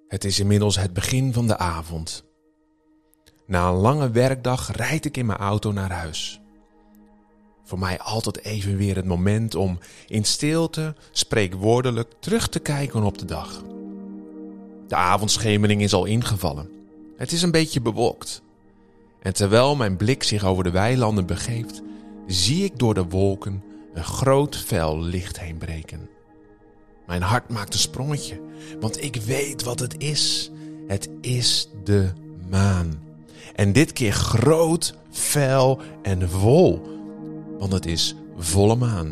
Het is inmiddels het begin van de avond. Na een lange werkdag rijd ik in mijn auto naar huis. Voor mij altijd even weer het moment om in stilte, spreekwoordelijk terug te kijken op de dag. De avondschemering is al ingevallen. Het is een beetje bewolkt. En terwijl mijn blik zich over de weilanden begeeft, zie ik door de wolken een groot vel licht heen breken. Mijn hart maakt een sprongetje, want ik weet wat het is. Het is de maan. En dit keer groot, fel en vol, want het is volle maan.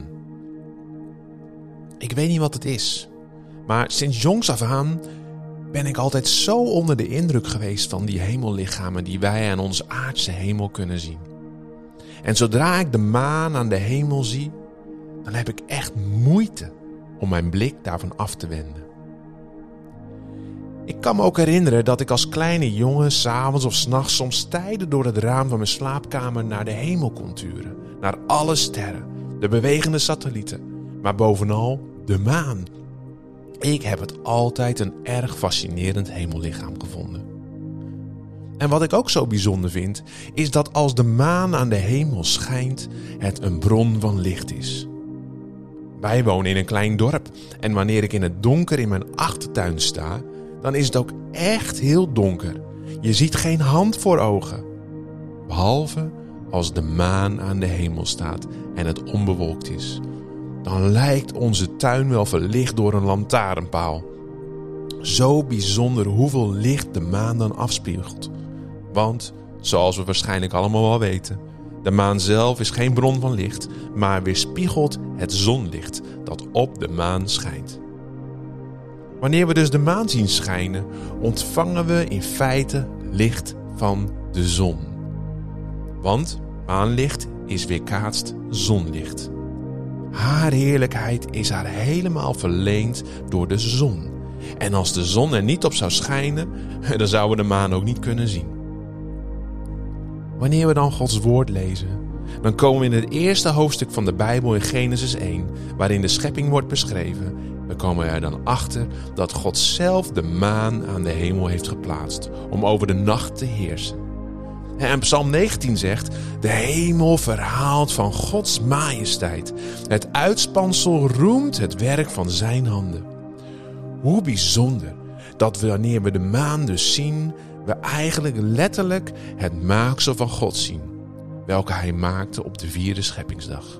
Ik weet niet wat het is, maar sinds jongs af aan ben ik altijd zo onder de indruk geweest van die hemellichamen die wij aan onze aardse hemel kunnen zien. En zodra ik de maan aan de hemel zie, dan heb ik echt moeite om mijn blik daarvan af te wenden. Ik kan me ook herinneren dat ik als kleine jongen 's avonds of 's nachts soms tijden door het raam van mijn slaapkamer naar de hemel kon turen. Naar alle sterren, de bewegende satellieten, maar bovenal de maan. Ik heb het altijd een erg fascinerend hemellichaam gevonden. En wat ik ook zo bijzonder vind, is dat als de maan aan de hemel schijnt, het een bron van licht is. Wij wonen in een klein dorp en wanneer ik in het donker in mijn achtertuin sta, dan is het ook echt heel donker. Je ziet geen hand voor ogen. Behalve als de maan aan de hemel staat en het onbewolkt is. Dan lijkt onze tuin wel verlicht door een lantaarnpaal. Zo bijzonder hoeveel licht de maan dan afspiegelt. Want, zoals we waarschijnlijk allemaal wel weten, de maan zelf is geen bron van licht, maar weerspiegelt het zonlicht dat op de maan schijnt. Wanneer we dus de maan zien schijnen, ontvangen we in feite licht van de zon. Want maanlicht is weerkaatst zonlicht. Haar heerlijkheid is haar helemaal verleend door de zon. En als de zon er niet op zou schijnen, dan zouden we de maan ook niet kunnen zien. Wanneer we dan Gods woord lezen, dan komen we in het eerste hoofdstuk van de Bijbel in Genesis 1, waarin de schepping wordt beschreven. We komen er dan achter dat God zelf de maan aan de hemel heeft geplaatst om over de nacht te heersen. En Psalm 19 zegt, de hemel verhaalt van Gods majesteit. Het uitspansel roemt het werk van zijn handen. Hoe bijzonder dat wanneer we de maan dus zien, we eigenlijk letterlijk het maaksel van God zien, welke hij maakte op de 4e scheppingsdag.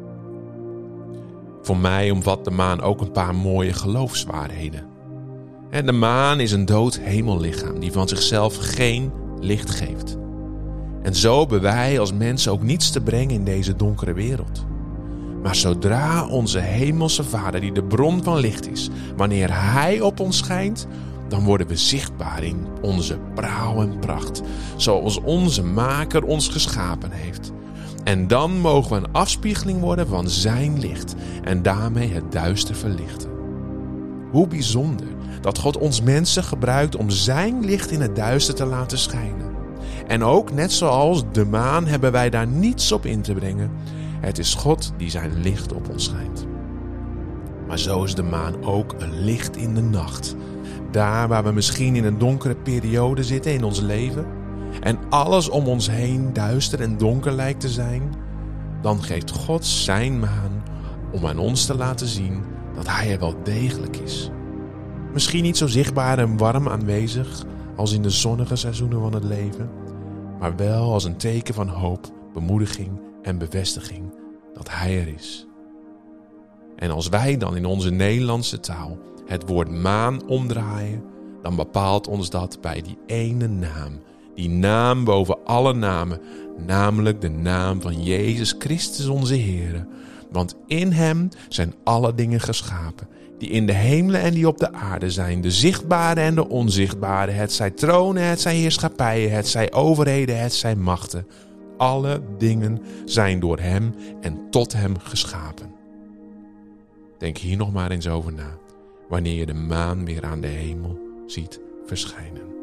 Voor mij omvat de maan ook een paar mooie geloofswaarheden. En de maan is een dood hemellichaam die van zichzelf geen licht geeft. En zo hebben wij als mensen ook niets te brengen in deze donkere wereld. Maar zodra onze hemelse Vader, die de bron van licht is, wanneer hij op ons schijnt, dan worden we zichtbaar in onze praal en pracht, zoals onze Maker ons geschapen heeft. En dan mogen we een afspiegeling worden van zijn licht en daarmee het duister verlichten. Hoe bijzonder dat God ons mensen gebruikt om zijn licht in het duister te laten schijnen. En ook net zoals de maan hebben wij daar niets op in te brengen. Het is God die zijn licht op ons schijnt. Maar zo is de maan ook een licht in de nacht. Daar waar we misschien in een donkere periode zitten in ons leven en alles om ons heen duister en donker lijkt te zijn, dan geeft God zijn maan om aan ons te laten zien dat hij er wel degelijk is. Misschien niet zo zichtbaar en warm aanwezig als in de zonnige seizoenen van het leven, maar wel als een teken van hoop, bemoediging en bevestiging dat hij er is. En als wij dan in onze Nederlandse taal het woord maan omdraaien, dan bepaalt ons dat bij die ene naam. Die naam boven alle namen, namelijk de naam van Jezus Christus onze Heer. Want in hem zijn alle dingen geschapen, die in de hemelen en die op de aarde zijn, de zichtbare en de onzichtbare, het zij tronen, het zij heerschappijen, het zij overheden, het zij machten. Alle dingen zijn door hem en tot hem geschapen. Denk hier nog maar eens over na, wanneer je de maan weer aan de hemel ziet verschijnen.